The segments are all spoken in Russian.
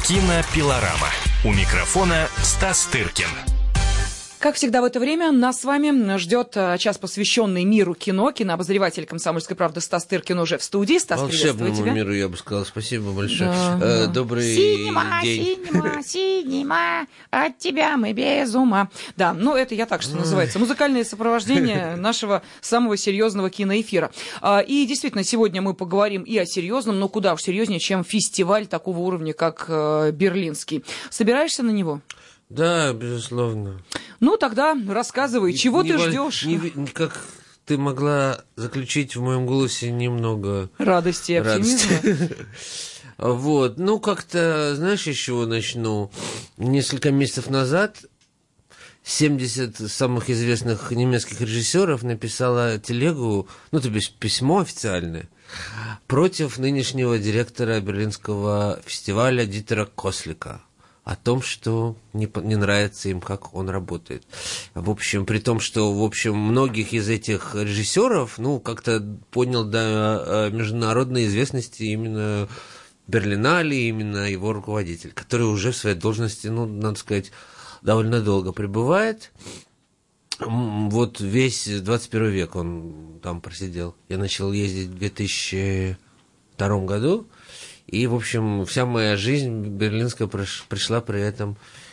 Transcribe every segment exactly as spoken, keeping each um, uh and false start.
Кинопилорама. У микрофона Стас Тыркин. Как всегда в это время нас с вами ждет час, посвященный миру кино. Кинообозреватель «Комсомольской правды» Стас Тыркин уже в студии. Стас, приветствую тебя. Волшебному миру, я бы сказал, спасибо большое. Да, э, да. Добрый синема, день. Синема, синема, от тебя мы без ума. Да, ну это я так, что называется. Музыкальное сопровождение нашего самого серьезного киноэфира. И действительно, сегодня мы поговорим и о серьезном, но куда уж серьезнее, чем фестиваль такого уровня, как Берлинский. Собираешься на него? Да, безусловно. Ну, тогда рассказывай, чего не, ты не, ждешь? Не, как ты могла заключить в моем голосе немного радости и оптимизма. Вот, ну, как-то, знаешь, с чего начну? Несколько месяцев назад семьдесят самых известных немецких режиссеров написала телегу, ну, то есть письмо официальное, против нынешнего директора Берлинского фестиваля Дитера Кослика. О том, что не, не нравится им, как он работает. В общем, при том, что, в общем, многих из этих режиссеров, ну, как-то поднял до международной известности именно Берлинале, именно его руководитель, который уже в своей должности, ну, надо сказать, довольно долго пребывает. Вот весь двадцать первый век он там просидел. Я начал ездить в две тысячи втором году. И, в общем, вся моя жизнь берлинская пришла при этом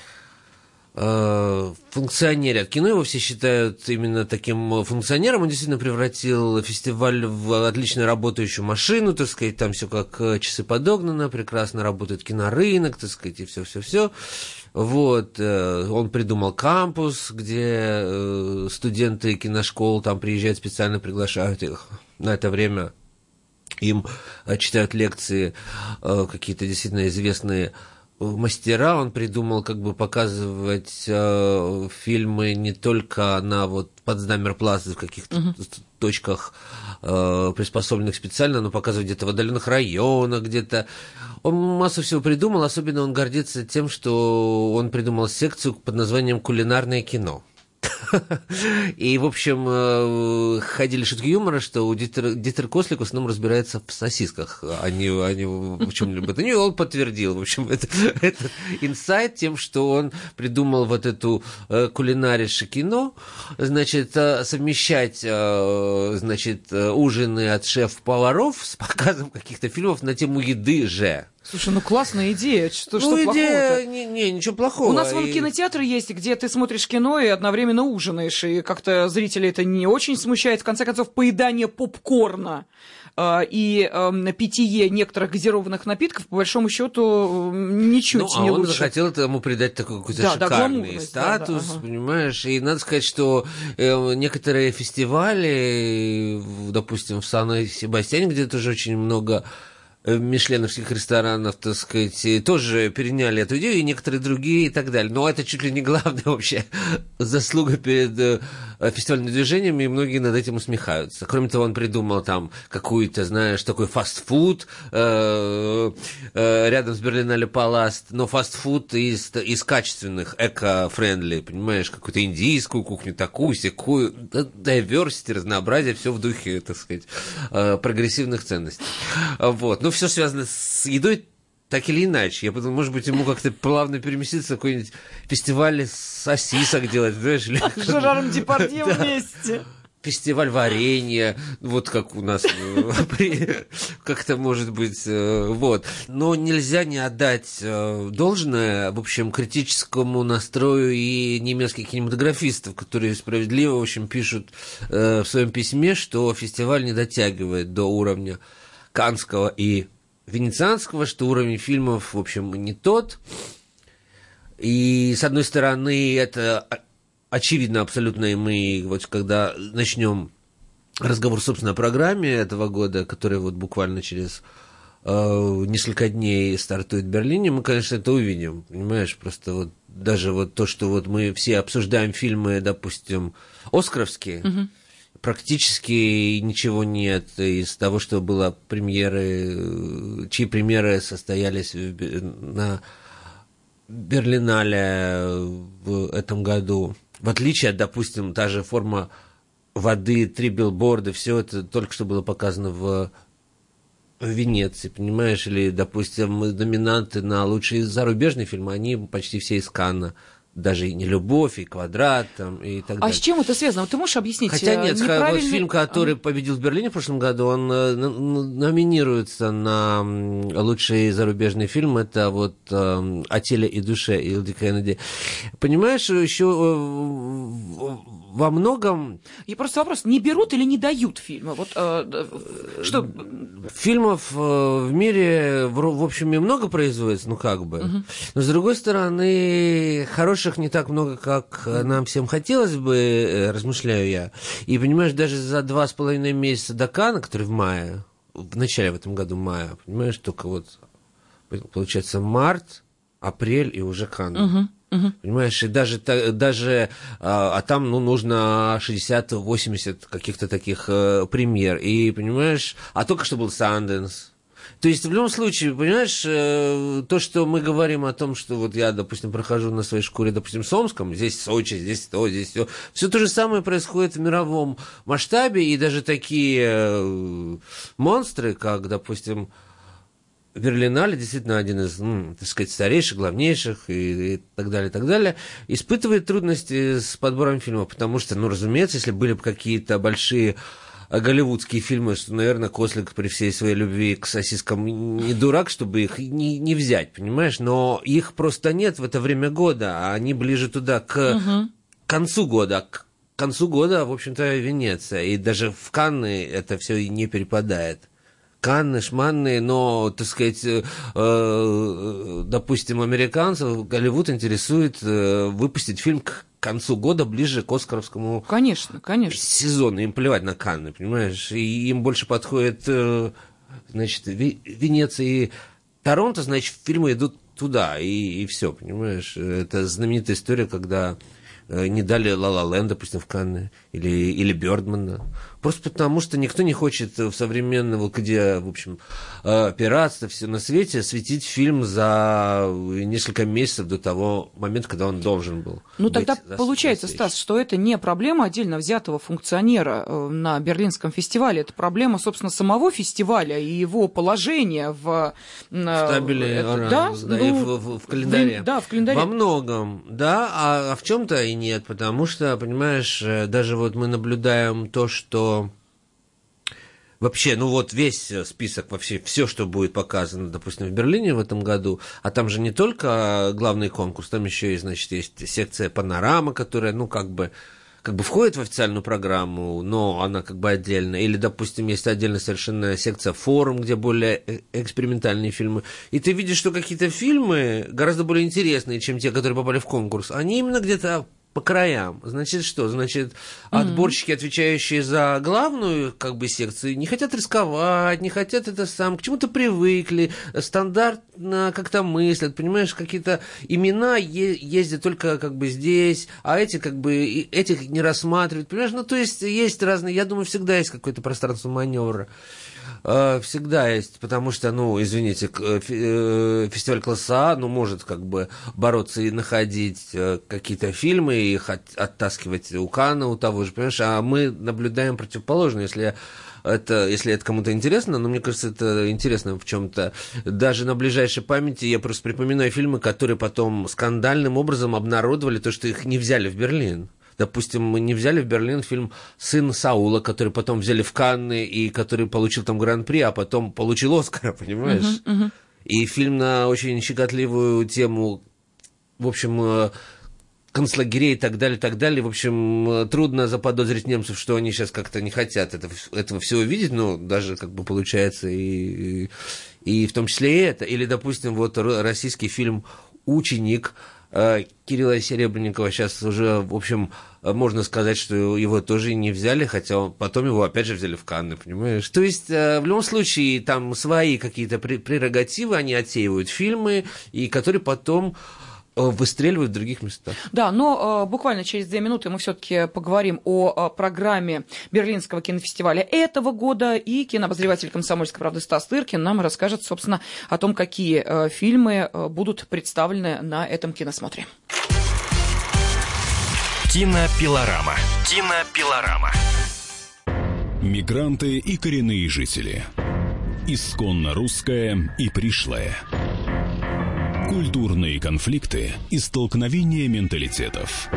э, функционере. Кино его все считают именно таким функционером. Он действительно превратил фестиваль в отлично работающую машину, так сказать, там все как часы подогнано, прекрасно работает кинорынок, так сказать, и все-все-все. Вот, э, он придумал кампус, где э, студенты киношкол там приезжают, специально приглашают их на это время. Им читают лекции какие-то действительно известные мастера. Он придумал как бы показывать э, фильмы не только на вот Потсдамер-плаце в каких-то uh-huh. точках, э, приспособленных специально, но показывать где-то в отдаленных районах, где-то. Он массу всего придумал, особенно он гордится тем, что он придумал секцию под названием «Кулинарное кино». И, в общем, ходили шутки юмора, что у Дитер, Дитер Кослик в основном разбирается в сосисках, а не, а не в чем-либо. И он подтвердил, в общем, это, этот инсайт тем, что он придумал вот эту кулинарише кино, значит, совмещать, значит, ужины от шеф-поваров с показом каких-то фильмов на тему еды же. Слушай, ну классная идея. Что, ну, что идея, плохого-то? Не, не, ничего плохого. У нас вон и... кинотеатры есть, где ты смотришь кино и одновременно ужинаешь, и как-то зрителей это не очень смущает. В конце концов, поедание попкорна э, и э, питье некоторых газированных напитков, по большому счету, ничуть ну, не а он лучше. захотел этому придать такой какой-то да, шикарный да, статус, да, да, ага. понимаешь? И надо сказать, что э, некоторые фестивали, допустим, в Сан-Себастьяне, где тоже очень много мишленовских ресторанов, так сказать, тоже переняли эту идею, и некоторые другие и так далее. Но это чуть ли не главная вообще заслуга перед фестивальным движением, и многие над этим усмехаются. Кроме того, он придумал там какую-то, знаешь, такой фастфуд э, э, рядом с Берлинале Паласт, но фастфуд из, из качественных, эко-френдли, понимаешь, какую-то индийскую кухню, такую, сякую, diversity, разнообразие, все в духе, так сказать, э, прогрессивных ценностей. Вот. Ну, все связано с едой, так или иначе. Я подумал, может быть, ему как-то плавно переместиться в какой-нибудь фестиваль сосисок делать, знаешь? С Жераром Депардье вместе. Фестиваль варенья, вот как у нас, как-то может быть, вот. Но нельзя не отдать должное, в общем, критическому настрою и немецких кинематографистов, которые справедливо, в общем, пишут в своем письме, что фестиваль не дотягивает до уровня Каннского и Венецианского, что уровень фильмов, в общем, не тот. И, с одной стороны, это очевидно абсолютно, и мы, вот когда начнем разговор, собственно, о программе этого года, которая вот буквально через э, несколько дней стартует в Берлине, мы, конечно, это увидим, понимаешь, просто вот даже вот то, что вот мы все обсуждаем фильмы, допустим, оскаровские, угу. Практически ничего нет из того, что было премьеры, чьи премьеры состоялись на Берлинале в этом году. В отличие от, допустим, та же форма воды, три билборда, все это только что было показано в в Венеции, понимаешь, или, допустим, номинанты на лучший зарубежный фильм, они почти все из Канна. Даже и «Не любовь», и «Квадрат», там, и так далее. А с чем это связано? Ты можешь объяснить? Хотя нет, неправильный... вот фильм, который победил в Берлине в прошлом году, он номинируется на лучший зарубежный фильм, это вот «О теле и душе» Илди Кеннеди. Понимаешь, еще во многом... И просто вопрос, не берут или не дают фильмы? Вот, э, что... Фильмов в мире, в общем, и много производится, ну как бы. Угу. Но, с другой стороны, хороших не так много, как нам всем хотелось бы, размышляю я. И, понимаешь, даже за два с половиной месяца до Канна, который в мае, в начале в этом году мая, понимаешь, только вот, получается, март, апрель и уже Канна. Угу. Угу. Понимаешь, и даже, даже а, а там ну, нужно шестьдесят-восемьдесят каких-то таких а, премьер. И, понимаешь, а только что был Санденс. То есть, в любом случае, понимаешь, то, что мы говорим о том, что вот я, допустим, прохожу на своей шкуре, допустим, в Сомском, здесь Сочи, здесь то, здесь все. Все то же самое происходит в мировом масштабе, и даже такие монстры, как, допустим, Берлинале, действительно один из, ну, так сказать, старейших, главнейших и, и так далее, и так далее, испытывает трудности с подбором фильмов, потому что, ну, разумеется, если были бы какие-то большие голливудские фильмы, что, наверное, Кослик при всей своей любви к сосискам не дурак, чтобы их не, не взять, понимаешь, но их просто нет в это время года, а они ближе туда, к угу. концу года, к концу года, в общем-то, Венеция, и даже в Канны это все и не перепадает. Канны, шманны, но, так сказать, э, э, допустим, американцев Голливуд интересует э, выпустить фильм к концу года ближе к оскаровскому конечно, конечно. сезону. Им плевать на Канны, понимаешь? И им больше подходит, э, значит, Венеция и Торонто, значит, фильмы идут туда, и, и все, понимаешь? Это знаменитая история, когда не дали «Ла Ла Ленд», допустим, в Канны, или, или «Бёрдмана». Просто потому, что никто не хочет в современном, где, в общем, пиратство, все на свете, светить фильм за несколько месяцев до того момента, когда он должен был. Ну, тогда получается, Стас, что это не проблема отдельно взятого функционера на Берлинском фестивале, это проблема, собственно, самого фестиваля и его положения в... В табеле, это, да, да, ну, и в, в, в календаре. В, да, в календаре. Во многом, да, а, а в чем-то и нет, потому что, понимаешь, даже вот мы наблюдаем то, что вообще, ну вот весь список, вообще все, что будет показано, допустим, в Берлине в этом году, а там же не только главный конкурс, там еще и, значит, есть секция «Панорама», которая, ну, как бы, как бы входит в официальную программу, но она как бы отдельно. Или, допустим, есть отдельная совершенно секция «Форум», где более экспериментальные фильмы. И ты видишь, что какие-то фильмы гораздо более интересные, чем те, которые попали в конкурс. Они именно где-то по краям. Значит, что? Значит, отборщики, отвечающие за главную как бы секцию, не хотят рисковать, не хотят это сам, к чему-то привыкли, стандартно как-то мыслят, понимаешь, какие-то имена е- ездят только как бы здесь, а эти как бы этих не рассматривают, понимаешь? Ну, то есть есть разные, я думаю, всегда есть какое-то пространство маневра. Всегда есть, потому что, ну, извините, фестиваль класса А, ну, может как бы бороться и находить какие-то фильмы, и их оттаскивать у Канна, у того же, понимаешь, а мы наблюдаем противоположно, если это, если это кому-то интересно, но мне кажется, это интересно в чем-то. Даже на ближайшей памяти я просто припоминаю фильмы, которые потом скандальным образом обнародовали то, что их не взяли в Берлин. Допустим, мы не взяли в Берлин фильм «Сын Саула», который потом взяли в Канны, и который получил там гран-при, а потом получил Оскара, понимаешь? Uh-huh, uh-huh. И фильм на очень щекотливую тему, в общем, концлагерей и так далее, так далее. В общем, трудно заподозрить немцев, что они сейчас как-то не хотят этого, этого всего видеть, но даже как бы получается и, и, и в том числе и это. Или, допустим, вот российский фильм «Ученик» Кирилла Серебренникова, сейчас уже, в общем, можно сказать, что его тоже не взяли, хотя потом его опять же взяли в Канны, понимаешь? То есть, в любом случае, там свои какие-то прерогативы, они отсеивают фильмы, и которые потом выстреливают в других местах. Да, но э, буквально через две минуты мы все-таки поговорим о, о программе Берлинского кинофестиваля этого года, и кинообозреватель «Комсомольской правды» Стас Тыркин нам расскажет, собственно, о том, какие э, фильмы э, будут представлены на этом киносмотре. Кинопилорама. Кинопилорама. Мигранты и коренные жители. исконно русское и пришлое. Культурные конфликты и столкновения менталитетов.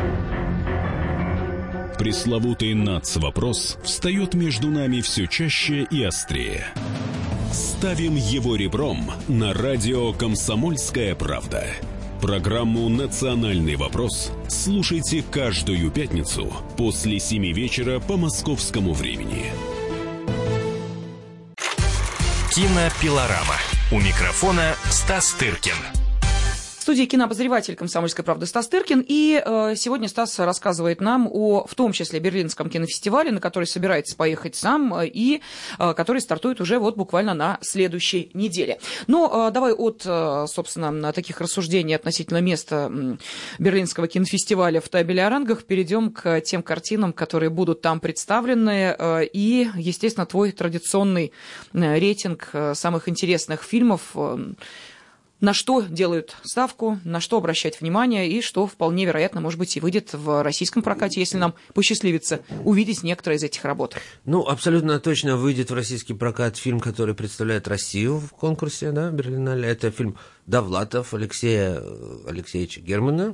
Пресловутый нацвопрос встает между нами все чаще и острее. Ставим его ребром на радио «Комсомольская правда». Программу «Национальный вопрос» слушайте каждую пятницу после семи вечера по московскому времени. Кинопилорама. У микрофона Стас Тыркин. В студии кинообозреватель «Комсомольской правды» Стас Тыркин. И э, сегодня Стас рассказывает нам о, в том числе, Берлинском кинофестивале, на который собирается поехать сам, э, и э, который стартует уже вот буквально на следующей неделе. Но э, давай от, э, собственно, таких рассуждений относительно места э, Берлинского кинофестиваля в табеле о рангах перейдем к тем картинам, которые будут там представлены. Э, и, естественно, твой традиционный э, рейтинг э, самых интересных фильмов, э, на что делают ставку, на что обращать внимание, и что вполне вероятно, может быть, и выйдет в российском прокате, если нам посчастливится увидеть некоторые из этих работ. Ну, абсолютно точно выйдет в российский прокат фильм, который представляет Россию в конкурсе, да, Берлинале. Это фильм «Довлатов» Алексея Алексеевича Германа.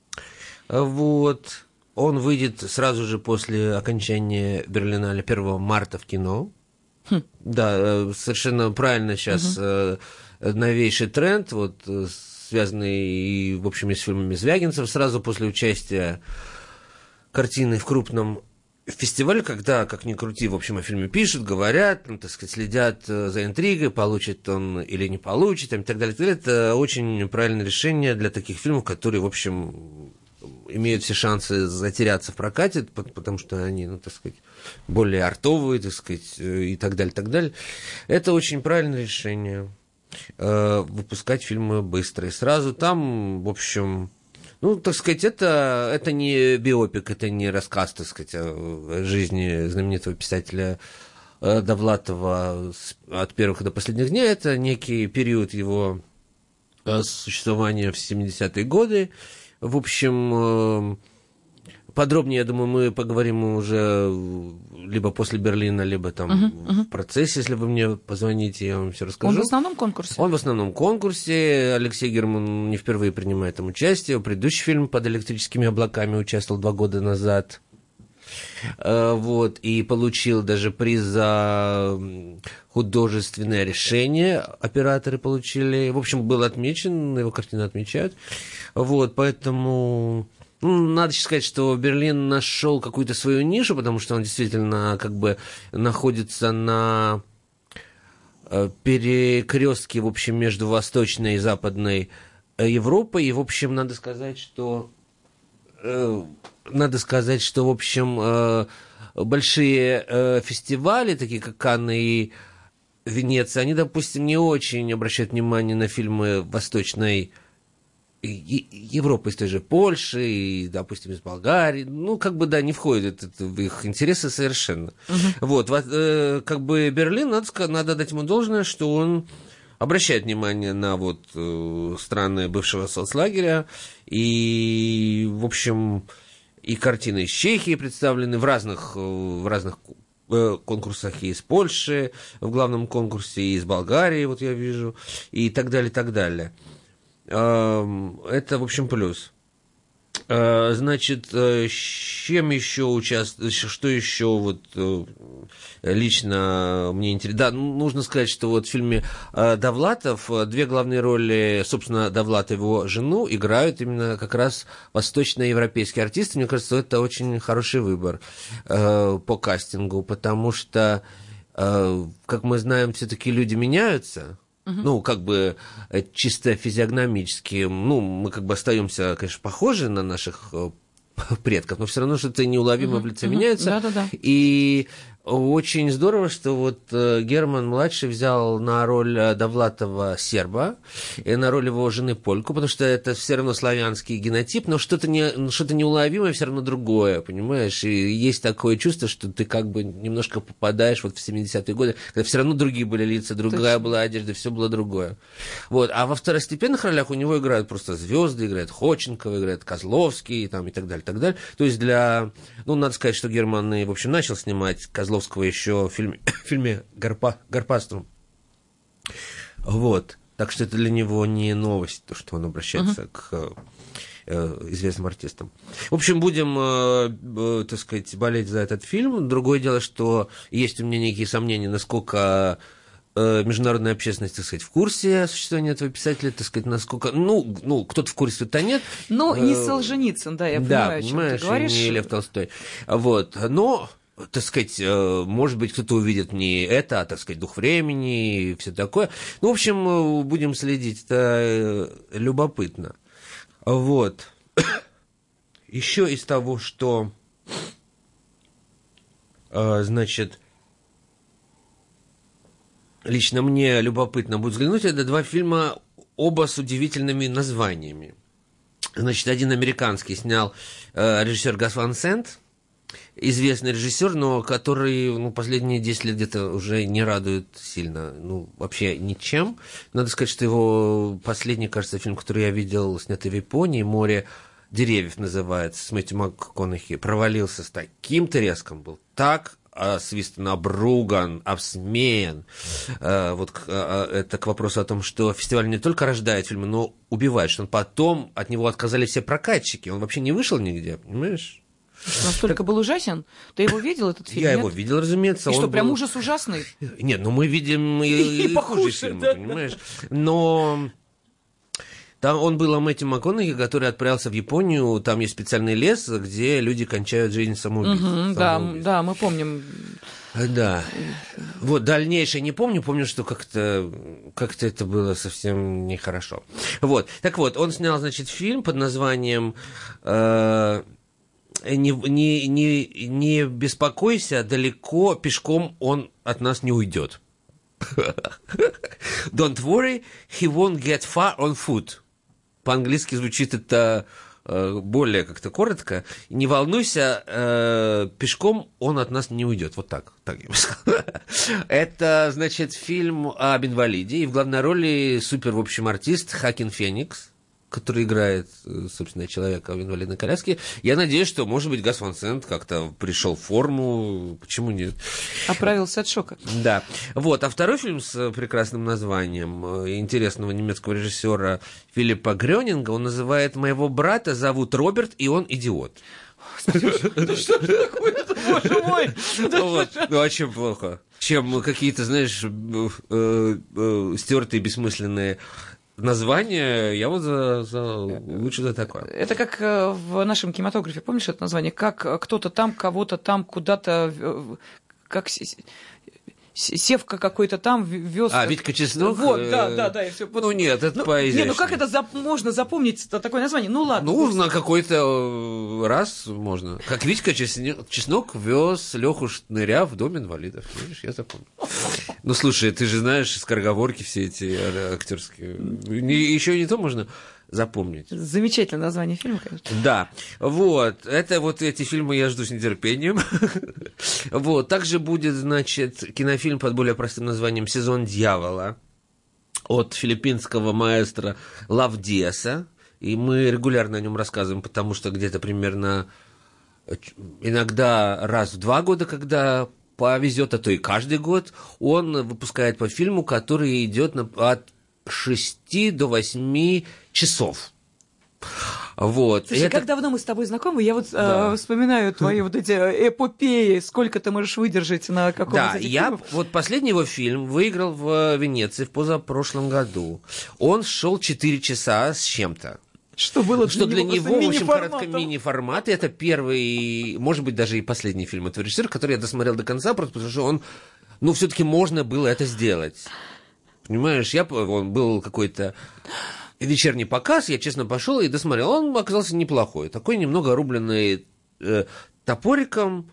Вот. Он выйдет сразу же после окончания Берлинале первого марта в кино. Хм. Да, совершенно правильно сейчас... Угу. Новейший тренд, вот, связанный, в общем, и с фильмами Звягинцев, сразу после участия картины в крупном фестивале, когда, как ни крути, в общем, о фильме пишут, говорят, ну, так сказать, следят за интригой, получит он или не получит, и так далее, и так далее. Это очень правильное решение для таких фильмов, которые, в общем, имеют все шансы затеряться в прокате, потому что они, ну, так сказать, более артовые, так сказать, и так далее, и так далее. Это очень правильное решение. Выпускать фильмы быстро и сразу. Там, в общем, ну, так сказать, это, это не биопик, это не рассказ, так сказать, о жизни знаменитого писателя Довлатова от первых до последних дней. Это некий период его существования в семидесятые годы. В общем, подробнее, я думаю, мы поговорим уже либо после Берлина, либо там uh-huh, uh-huh. в процессе, если вы мне позвоните, я вам все расскажу. Он в основном конкурсе? Он в основном конкурсе. Алексей Герман не впервые принимает там участие. Предыдущий фильм «Под электрическими облаками» участвовал два года назад. Вот, и получил даже приз за художественное решение. Операторы получили. В общем, был отмечен, его картины отмечают. Вот, поэтому... Ну, надо сказать, что Берлин нашел какую-то свою нишу, потому что он действительно как бы находится на перекрестке, в общем, между Восточной и Западной Европой. И, в общем, надо сказать, что надо сказать, что, в общем, большие фестивали, такие как Канны и Венеция, они, допустим, не очень обращают внимание на фильмы Восточной Европы, из той же Польши, и, допустим, из Болгарии, ну, как бы, да, не входит это в их интересы совершенно. Uh-huh. Вот, э, как бы Берлин, надо, надо дать ему должное, что он обращает внимание на вот э, страны бывшего соцлагеря, и, в общем, и картины из Чехии представлены в разных, в разных э, конкурсах, и из Польши, в главном конкурсе, и из Болгарии, вот я вижу, и так далее, и так далее. Это, в общем, плюс. Значит, с чем еще участвовать, что еще вот лично мне интересно? Да, нужно сказать, что вот в фильме Довлатов две главные роли, собственно, Довлатов и его жену играют именно как раз восточноевропейские артисты. Мне кажется, это очень хороший выбор по кастингу, потому что, как мы знаем, все-таки люди меняются. Ну, как бы чисто физиогномически, ну, мы как бы остаемся, конечно, похожи на наших предков, но все равно что-то неуловимо uh-huh, в лице uh-huh. меняется. Да-да-да. И очень здорово, что вот Герман-младший взял на роль Довлатова серба и на роль его жены польку, потому что это все равно славянский генотип, но что-то, не, что-то неуловимое все равно другое, понимаешь? И есть такое чувство, что ты как бы немножко попадаешь вот в семидесятые годы, когда все равно другие были лица, другая Точно. Была одежда, все было другое. Вот. А во второстепенных ролях у него играют просто звезды, играет Ходченков, играет Козловский там, и так далее, так далее. То есть для... Ну, надо сказать, что Герман, в общем, начал снимать Козловского еще в фильме, в фильме Гарпа, «Гарпастум». Вот. Так что это для него не новость, то, что он обращается uh-huh. к э, известным артистам. В общем, будем, э, э, так сказать, болеть за этот фильм. Другое дело, что есть у меня некие сомнения, насколько э, международная общественность, так сказать, в курсе существования этого писателя, так сказать, насколько... Ну, ну кто-то в курсе, кто-то нет. Ну, не Солженицын, да, я понимаю, да, о чем ты говоришь. Не Лев Толстой. Вот. Но... так сказать, может быть, кто-то увидит не это, а, так сказать, дух времени и все такое. Ну, в общем, будем следить, это любопытно. Вот. Еще из того, что, значит, лично мне любопытно будет взглянуть, это два фильма, оба с удивительными названиями. Значит, один американский снял режиссер Гас Ван Sant, известный режиссер, но который ну, последние десять лет где-то уже не радует сильно, ну, вообще ничем. Надо сказать, что его последний, кажется, фильм, который я видел, снятый в Японии, «Море деревьев» называется, с Мэтью МакКонахи, провалился с таким треском, был так освистан, обруган, обсмеян. Вот это к вопросу о том, что фестиваль не только рождает фильмы, но убивает, что он потом, от него отказали все прокатчики, он вообще не вышел нигде, понимаешь? Настолько так... был ужасен? Ты его видел, этот фильм? Я нет? его видел, разумеется. И что, был... прям ужас ужасный? Нет, ну мы видим и, и, и хуже фильмы, да? Понимаешь? Но там он был о Мэтью МакКонахи, который отправился в Японию, там есть специальный лес, где люди кончают жизнь самоубийц. Угу, да, да, мы помним. Да. Вот, дальнейшее не помню, помню, что как-то, как-то это было совсем нехорошо. Вот, так вот, он снял, значит, фильм под названием... Э- Не, не, не, не беспокойся, далеко пешком он от нас не уйдет. Don't worry, he won't get far on foot. По-английски звучит это э, более как-то коротко. Не волнуйся, э, пешком он от нас не уйдет. Вот так, так я бы сказал. Это, значит, фильм об инвалиде, и в главной роли супер, в общем, артист Хоакин Феникс, который играет, собственно, человека в инвалидной коляске. Я надеюсь, что, может быть, Гас Ван Sant как-то пришел в форму. Почему нет? Оправился от шока. Да. Вот. А второй фильм с прекрасным названием интересного немецкого режиссера Филиппа Грёнинга, он называет «Моего брата зовут Роберт, и он идиот». Да что же такое-то, боже мой? Ну, а чем плохо? Чем какие-то, знаешь, стертые, бессмысленные название, я вот за, за, лучше за такое. Это как в нашем кинематографе, помнишь это название? Как кто-то там, кого-то там, куда-то, как Севка какой-то там вез... А, Витька Чеснок? Вот, да, да, да. И все. Ну нет, это ну, поизящнее. Не, ну как это зап- можно запомнить такое название? Ну ладно. Ну, на какой-то раз можно. Как Витька Чеснок вез Леху Шныря в дом инвалидов. Видишь, я запомнил. Ну, слушай, ты же знаешь скороговорки все эти актерские. Еще и не то можно запомнить. Замечательное название фильма, конечно. Да, вот, это вот эти фильмы я жду с нетерпением. Вот, также будет, значит, кинофильм под более простым названием «Сезон дьявола» от филиппинского маэстро Лавдиаса, и мы регулярно о нем рассказываем, потому что где-то примерно иногда раз в два года, когда повезет, а то и каждый год, он выпускает по фильму, который идет от шести до восьми часов. Вот. Слушай, это... как давно мы с тобой знакомы, я вот да. э, вспоминаю твои вот эти эпопеи, сколько ты можешь выдержать на каком-то да, из этих я фильмов. вот последний его фильм выиграл в Венеции в позапрошлом году. Он шел четыре часа с чем-то. Что было для Что для него, него в общем, коротко мини-формат. Это первый, может быть, даже и последний фильм этого режиссера, который я досмотрел до конца, просто потому что он, ну, все-таки можно было это сделать. Понимаешь, я, он был какой-то вечерний показ, я честно пошел и досмотрел. Он оказался неплохой. Такой немного рубленный э, топориком,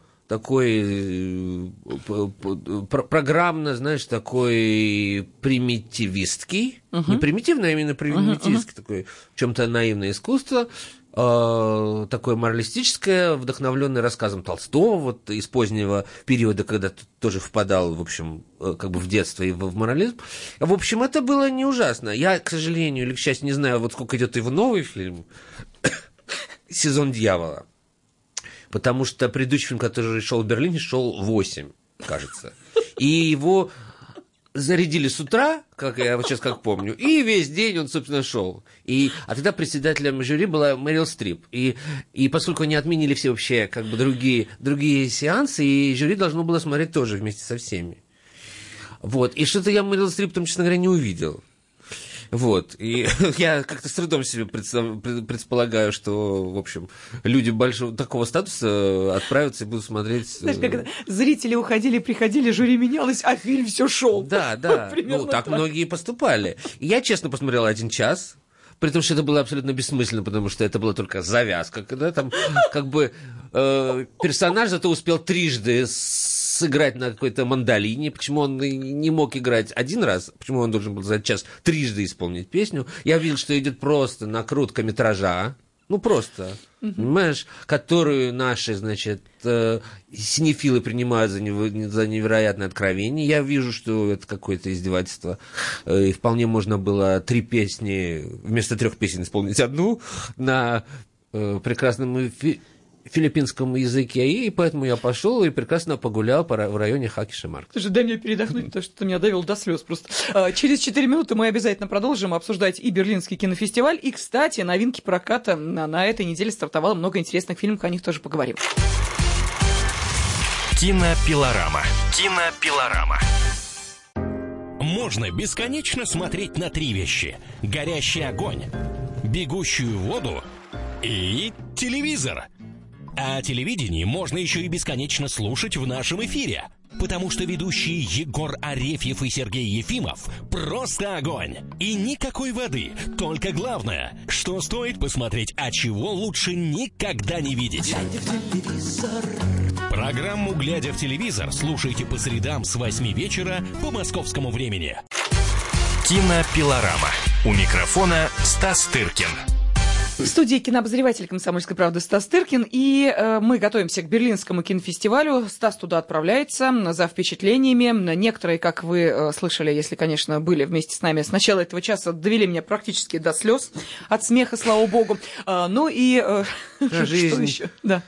такой э, программно, знаешь, такой примитивистский. Uh-huh. Не примитивный, а именно примитивистский, uh-huh, uh-huh. такой в чем-то наивное искусство. Э, такое моралистическое, вдохновленное рассказом Толстого, вот из позднего периода, когда тоже впадал, в общем, как бы в детство и в, в морализм. В общем, это было не ужасно. Я, к сожалению или к счастью, не знаю, вот сколько идет его новый фильм «Сезон дьявола». Потому что предыдущий фильм, который шел в Берлине, шел восемь, кажется. И его зарядили с утра, как я вот сейчас как помню, и весь день он, собственно, шел. И, а тогда председателем жюри была Мэрил Стрип. И, и поскольку они отменили все вообще как бы другие, другие сеансы, и жюри должно было смотреть тоже вместе со всеми. Вот. И что-то я Мэрил Стрип там, честно говоря, не увидел. Вот, и я как-то с трудом себе представ... предполагаю, что, в общем, люди большого такого статуса отправятся и будут смотреть... Знаешь, как зрители уходили, приходили, жюри менялось, а фильм все шел. Да, да, ну, так, так многие поступали. И я, честно, посмотрел один час, при том, что это было абсолютно бессмысленно, потому что это была только завязка, когда там как бы э, персонаж зато успел трижды сыграть на какой-то мандолине. Почему он не мог играть один раз? Почему он должен был за час трижды исполнить песню? Я видел, что идет просто накрутка метража. Ну, просто, uh-huh. понимаешь, которую наши, значит, э, синефилы принимают за, нево- за невероятное откровение. Я вижу, что это какое-то издевательство. Э, и вполне можно было три песни, вместо трех песен исполнить одну на э, прекрасном фи- филиппинском языке, и поэтому я пошел и прекрасно погулял по, в районе Хаки-Шимарк. Слушай, дай мне передохнуть, потому что ты меня довел до слез просто. Через четыре минуты мы обязательно продолжим обсуждать и Берлинский кинофестиваль, и, кстати, новинки проката. На этой неделе стартовало много интересных фильмов, о них тоже поговорим. Кинопилорама. Кинопилорама. Можно бесконечно смотреть на три вещи: горящий огонь, бегущую воду и телевизор. А телевидение можно еще и бесконечно слушать в нашем эфире, потому что ведущие Егор Арефьев и Сергей Ефимов просто огонь. И никакой воды, только главное, что стоит посмотреть, а чего лучше никогда не видеть. Глядя в телевизор. Программу «Глядя в телевизор» слушайте по средам с восьми вечера по московскому времени. Кинопилорама. У микрофона Стас Тыркин. В студии кинообозреватель «Комсомольской правды» Стас Тыркин, и э, мы готовимся к Берлинскому кинофестивалю. Стас туда отправляется за впечатлениями. Некоторые, как вы э, слышали, если, конечно, были вместе с нами с начала этого часа, довели меня практически до слез от смеха, слава богу. Э, ну и э, что еще? Да.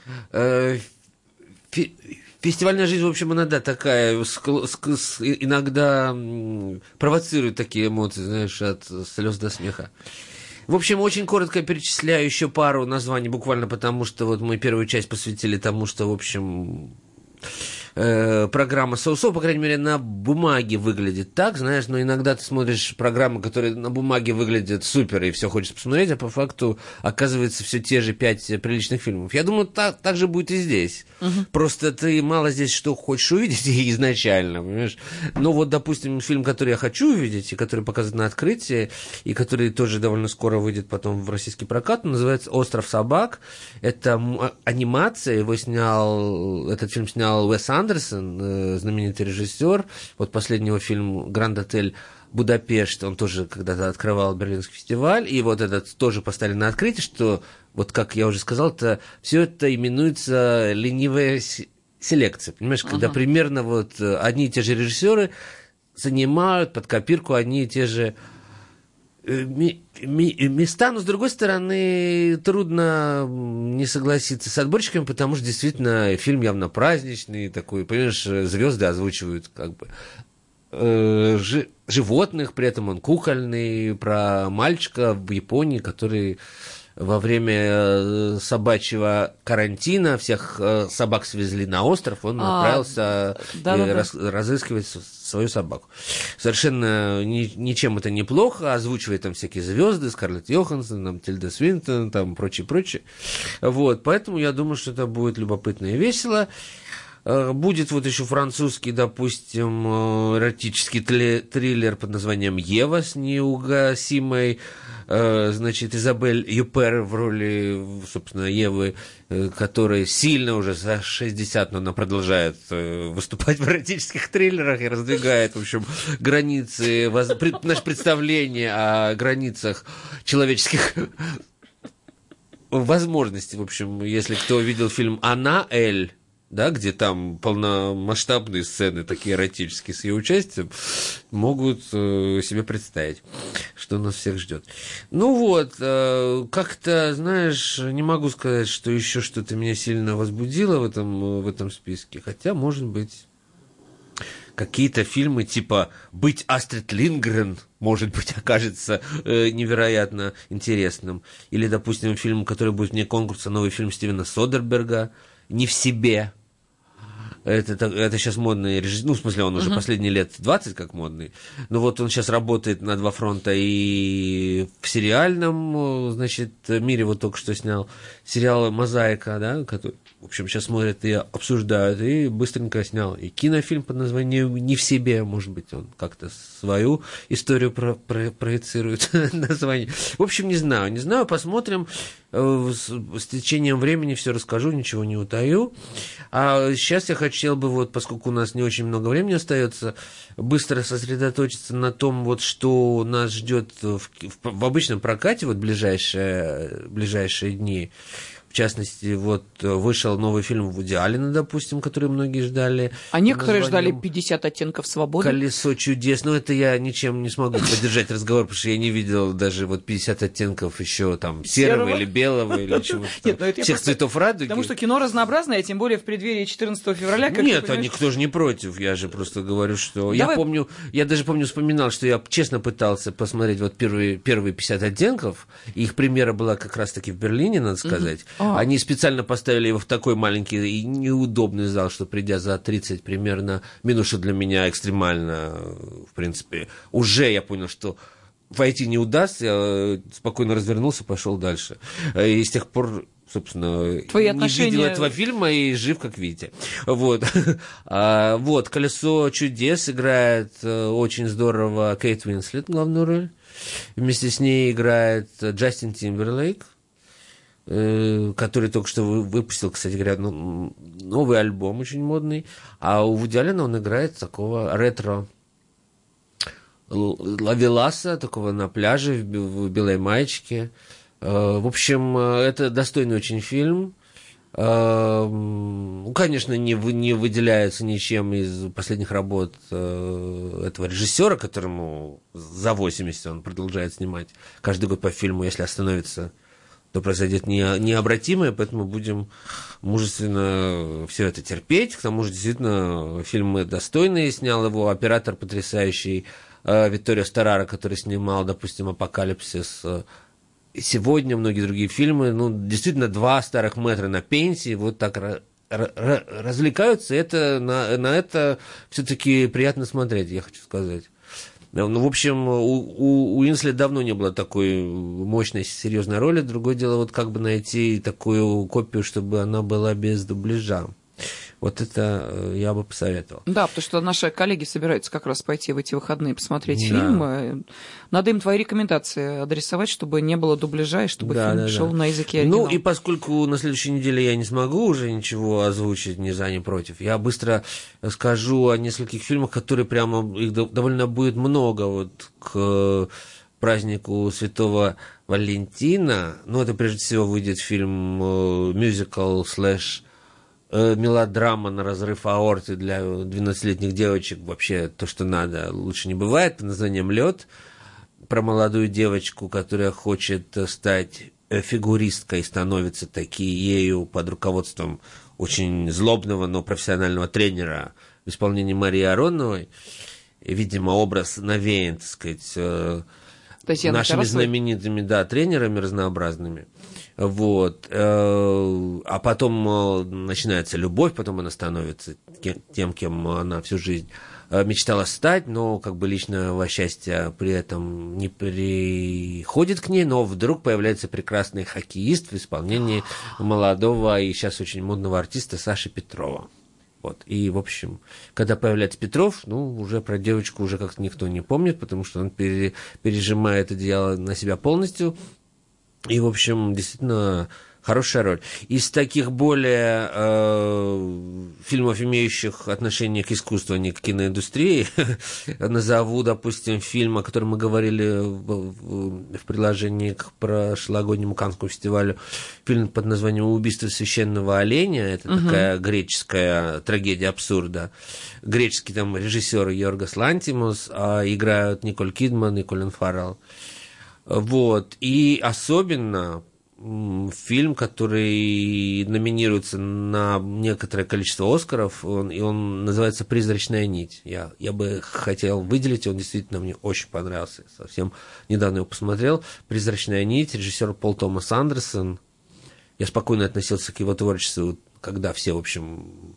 Фестивальная жизнь, в общем, иногда такая, иногда провоцирует такие эмоции, знаешь, от слез до смеха. В общем, очень коротко перечисляю еще пару названий, буквально потому, что вот мы первую часть посвятили тому, что, в общем, э, программа соу-соу, по крайней мере, на бумаге выглядит так, знаешь, но иногда ты смотришь программы, которые на бумаге выглядят супер, и все хочется посмотреть, а по факту оказывается все те же пять приличных фильмов. Я думаю, так, так же будет и здесь. Uh-huh. Просто ты мало здесь что хочешь увидеть изначально, понимаешь? Но вот, допустим, фильм, который я хочу увидеть, и который показан на открытии, и который тоже довольно скоро выйдет потом в российский прокат, называется «Остров собак». Это анимация, его снял, этот фильм снял Уэс Андерсон, знаменитый режиссер. Вот последний его фильм «Гранд Отель Будапешт», он тоже когда-то открывал Берлинский фестиваль, и вот этот тоже поставили на открытие, что, вот как я уже сказал, это, все это именуется ленивая селекция, понимаешь, когда uh-huh. примерно вот одни и те же режиссеры занимают под копирку одни и те же места, но, с другой стороны, трудно не согласиться с отборщиками, потому что действительно фильм явно праздничный, такой, понимаешь, звезды озвучивают как бы животных, при этом он кукольный, про мальчика в Японии, который во время собачьего карантина всех собак свезли на остров, он а, отправился да, да, раз, да. разыскивать свою собаку. Совершенно ни, ничем это неплохо, озвучивает там всякие звезды, Скарлетт Йоханссон, там, Тильда Свинтон, там прочее, прочее. Вот, поэтому я думаю, что это будет любопытно и весело. Будет вот еще французский, допустим, эротический триллер под названием «Ева» с неугасимой, значит, Изабель Юпер в роли, собственно, Евы, которая сильно уже за шестьдесят, но она продолжает выступать в эротических триллерах и раздвигает, в общем, границы, наше представление о границах человеческих возможностей. В общем, если кто видел фильм «Она, Эль», да, где там полномасштабные сцены, такие эротические, с ее участием, могут э, себе представить, что нас всех ждет. Ну вот, э, как-то, знаешь, не могу сказать, что еще что-то меня сильно возбудило в этом, в этом списке, хотя, может быть, какие-то фильмы типа «Быть Астрид Линдгрен», может быть, окажется э, невероятно интересным. Или, допустим, фильм, который будет вне конкурса, новый фильм Стивена Содерберга «Не в себе». Это, это, это сейчас модный режиссер, ну, в смысле, он уже uh-huh. последние лет двадцать как модный, но вот он сейчас работает на два фронта и в сериальном, значит, мире, вот только что снял сериал «Мозаика», да, который, в общем, сейчас смотрят и обсуждают, и быстренько снял и кинофильм под названием «Не в себе», может быть, он как-то свою историю про- про- проецирует название. В общем, не знаю, не знаю, посмотрим. С, с течением времени все расскажу, ничего не утаю. А сейчас я хотел бы, вот, поскольку у нас не очень много времени остается, быстро сосредоточиться на том, вот, что нас ждет в, в, в обычном прокате вот, ближайшие, ближайшие дни. В частности, вот вышел новый фильм Вуди Аллена, допустим, который многие ждали. А некоторые ждали пятьдесят оттенков свободы. «Колесо чудес». Но это я ничем не смогу поддержать разговор, потому что я не видел даже вот пятьдесят оттенков еще там серого, серого? или белого, или чего-то. Всех цветов радуги. Потому что кино разнообразное, тем более в преддверии четырнадцатого февраля. Нет, никто же не против. Я же просто говорю, что... Я помню, я даже помню, вспоминал, что я честно пытался посмотреть вот первые, первые пятьдесят оттенков. Их премьера была как раз-таки в Берлине, надо сказать. А. Они специально поставили его в такой маленький и неудобный зал, что, придя за тридцать примерно минут, что для меня экстремально, в принципе, уже я понял, что войти не удастся, я спокойно развернулся, пошел дальше. И с тех пор, собственно, Твои не отношения... видел этого фильма и жив как Витя. Вот. а, вот, «Колесо чудес» играет очень здорово Кейт Уинслет, главную роль. Вместе с ней играет Джастин Тимберлейк, который только что выпустил, кстати говоря, новый альбом очень модный, а у Вуди Аллена он играет такого ретро ловеласа, такого на пляже в белой маечке. В общем, это достойный очень фильм. Ну, конечно, не, вы, не выделяется ничем из последних работ этого режиссера, которому за восемьдесят он продолжает снимать каждый год по фильму, если остановится, то произойдет не, необратимое, поэтому будем мужественно все это терпеть. К тому же, действительно, фильмы достойные. Снял его оператор потрясающий э, Витторио Стараро, который снимал, допустим, «Апокалипсис», э, «Сегодня», многие другие фильмы. Ну, действительно, два старых мэтра на пенсии вот так р- р- развлекаются. Это, на, на это все-таки приятно смотреть, я хочу сказать. Ну, в общем, у Уинслет давно не было такой мощной, серьезной роли. Другое дело, вот как бы найти такую копию, чтобы она была без дубляжа. Вот это я бы посоветовал. Да, потому что наши коллеги собираются как раз пойти в эти выходные посмотреть да. фильм. Надо им твои рекомендации адресовать, чтобы не было дубляжа, и чтобы да, фильм да, шел да. на языке оригинала. Ну, и поскольку на следующей неделе я не смогу уже ничего озвучить ни за, ни против, я быстро скажу о нескольких фильмах, которые прямо, их довольно будет много вот к празднику Святого Валентина. Ну, это прежде всего выйдет фильм мюзикл слэш мелодрама на разрыв аорты для двенадцатилетних девочек. Вообще то, что надо, лучше не бывает, под названием «Лед», про молодую девочку, которая хочет стать фигуристкой, становится таки ею под руководством очень злобного, но профессионального тренера в исполнении Марии Ароновой. И, видимо, образ навеян, так сказать, Татьяна нашими Тарасовой. знаменитыми да, тренерами разнообразными. Вот. А потом начинается любовь, потом она становится тем, кем она всю жизнь мечтала стать, но как бы личного счастья при этом не приходит к ней, но вдруг появляется прекрасный хоккеист в исполнении молодого и сейчас очень модного артиста Саши Петрова. Вот. И, в общем, когда появляется Петров, ну, уже про девочку уже как-то никто не помнит, потому что он пере, пережимает одеяло на себя полностью. И, в общем, действительно хорошая роль. Из таких более э, фильмов, имеющих отношение к искусству, а не к киноиндустрии, назову, допустим, фильм, о котором мы говорили в, в, в приложении к прошлогоднему Каннскому фестивалю, фильм под названием «Убийство священного оленя». Это угу. такая греческая трагедия абсурда. Греческий там режиссер Йоргос Лантимос, а играют Николь Кидман и Колин Фаррелл. Вот. И особенно фильм, который номинируется на некоторое количество Оскаров, он, и он называется «Призрачная нить». Я, я бы хотел выделить, он действительно мне очень понравился. Совсем недавно его посмотрел. «Призрачная нить», режиссер Пол Томас Андерсон. Я спокойно относился к его творчеству, когда все, в общем,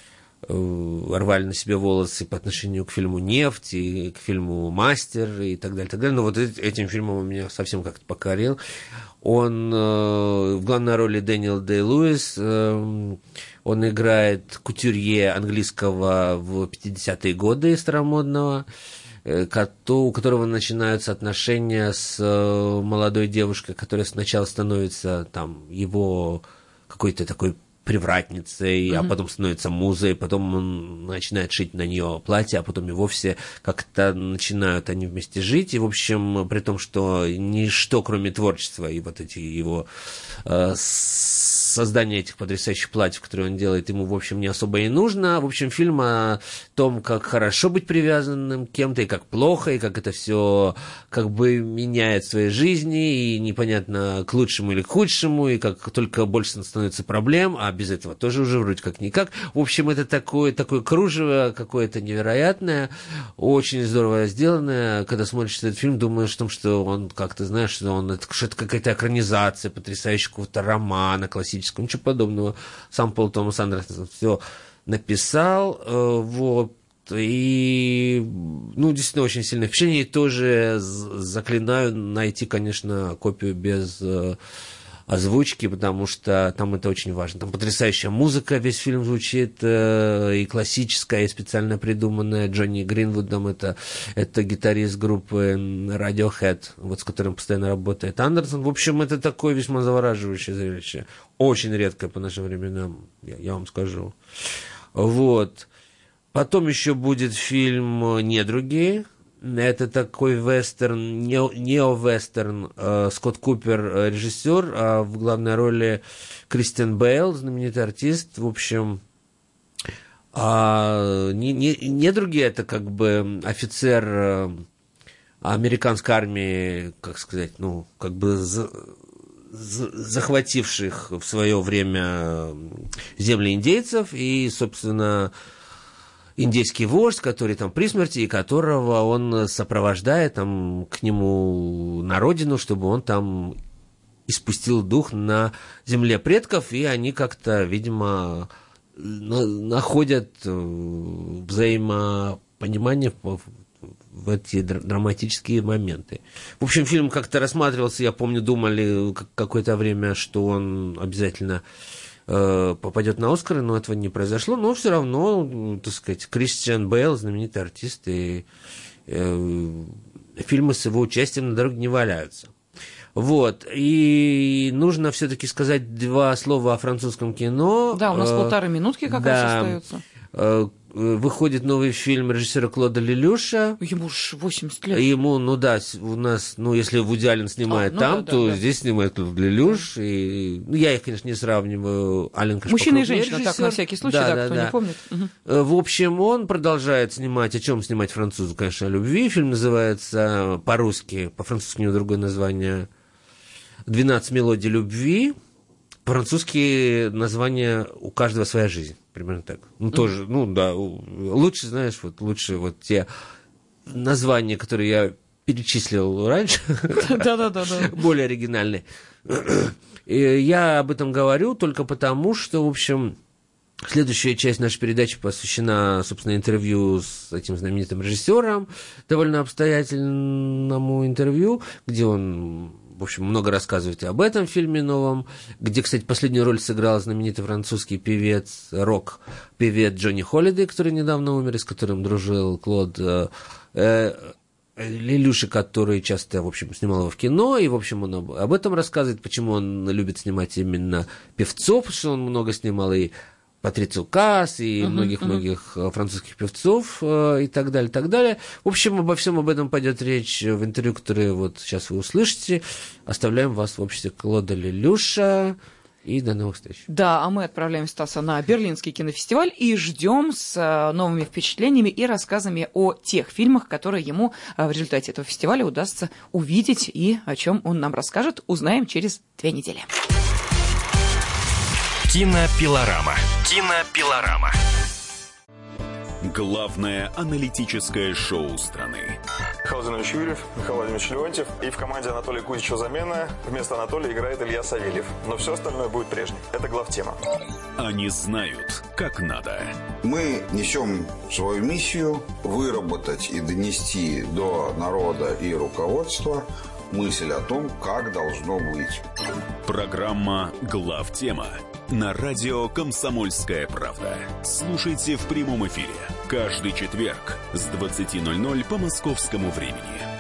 рвали на себе волосы по отношению к фильму «Нефть», и к фильму «Мастер» и так далее, так далее. Но вот этим фильмом он меня совсем как-то покорил. Он э, в главной роли Дэниел Дэй-Луис, э, он играет кутюрье английского в пятидесятые годы старомодного, э, у которого начинаются отношения с э, молодой девушкой, которая сначала становится там его какой-то такой привратницей, mm-hmm. а потом становится музой, потом он начинает шить на нее платье, а потом и вовсе как-то начинают они вместе жить, и, в общем, при том, что ничто, кроме творчества и вот эти его э, создания этих потрясающих платьев, которые он делает, ему, в общем, не особо и нужно. В общем, фильм о том, как хорошо быть привязанным к кем-то, и как плохо, и как это все как бы меняет в своей жизни, и непонятно, к лучшему или к худшему, и как только больше становится проблем, а без этого тоже уже вроде как никак. В общем, это такое, такое кружево какое-то невероятное, очень здорово сделанное. Когда смотришь этот фильм, думаешь о том, что он, как ты знаешь, что, он, что это какая-то экранизация потрясающего какого-то романа классического, ничего подобного. Сам Пол Томас Андерсон все написал, вот. И, ну, действительно, очень сильное впечатление. И тоже заклинаю найти, конечно, копию без озвучки, потому что там это очень важно. Там потрясающая музыка, весь фильм звучит, э, и классическая, и специально придуманная. Джонни Гринвудом, это, это гитарист группы Radiohead, вот с которым постоянно работает Андерсон. В общем, это такое весьма завораживающее зрелище. Очень редкое по нашим временам, я, я вам скажу. Вот. Потом еще будет фильм «Недруги». Это такой вестерн, нео-вестерн, э, Скотт Купер режиссер, а в главной роли Кристиан Бейл, знаменитый артист. В общем, а, не, не, «Недруги» — это как бы офицер э, американской армии, как сказать, ну, как бы за, за, захвативших в свое время земли индейцев, и, собственно, индейский вождь, который там при смерти, и которого он сопровождает там, к нему на родину, чтобы он там испустил дух на земле предков, и они как-то, видимо, на- находят взаимопонимание в, в эти драматические моменты. В общем, фильм как-то рассматривался, я помню, думали какое-то время, что он обязательно попадет на Оскары, но этого не произошло, но все равно, так сказать, Кристиан Бейл, знаменитый артист, и э, фильмы с его участием на дороге не валяются. Вот, и нужно все-таки сказать два слова о французском кино. Да, у нас полторы минутки как раз остается. Выходит новый фильм режиссера Клода Лелюша. Ему уж восемьдесят лет. Ему, ну да, у нас, ну, если Вуди Аллен снимает а, ну там, да, то да, здесь да. снимает Клод Лелюш. Да. И, ну, я их, конечно, не сравниваю. Аллен, конечно, мужчина и женщина, режиссер. Так, на всякий случай, да, да, да кто да. не помнит. Угу. В общем, он продолжает снимать, о чем снимать французу, конечно, о любви. Фильм называется по-русски, по-французски у него другое название «двенадцать мелодий любви». По-французски название «У каждого своя жизнь». Примерно так. Ну, тоже, ну, да, лучше, знаешь, вот лучше вот те названия, которые я перечислил раньше, более оригинальные. Я об этом говорю только потому, что, в общем, следующая часть нашей передачи посвящена, собственно, интервью с этим знаменитым режиссером, довольно обстоятельному интервью, где он... в общем, много рассказывает об этом фильме новом, где, кстати, последнюю роль сыграл знаменитый французский певец, рок-певец Джонни Холлидей, который недавно умер, и с которым дружил Клод э, Лелюша, который часто, в общем, снимал его в кино, и, в общем, он об, об этом рассказывает, почему он любит снимать именно певцов, что он много снимал и Патрицию Касс и многих-многих uh-huh, uh-huh. французских певцов э, и так далее, так далее. В общем, обо всем об этом пойдет речь в интервью, которое вот сейчас вы услышите. Оставляем вас в обществе Клода Лелюша. И до новых встреч. Да, а мы отправляем Стаса на Берлинский кинофестиваль и ждем с новыми впечатлениями и рассказами о тех фильмах, которые ему в результате этого фестиваля удастся увидеть, и о чем он нам расскажет, узнаем через две недели. Кинопилорама. Кинопилорама. Главное аналитическое шоу страны. Михаил Владимирович Юрьев, Михаил Владимирович Леонтьев. И в команде Анатолия Кузичева замена. Вместо Анатолия играет Илья Савельев. Но все остальное будет прежним. Это главтема. Они знают, как надо. Мы несем свою миссию выработать и донести до народа и руководства мысль о том, как должно быть. Программа «Главтема» на радио «Комсомольская правда». Слушайте в прямом эфире каждый четверг с двадцати ноль-ноль по московскому времени.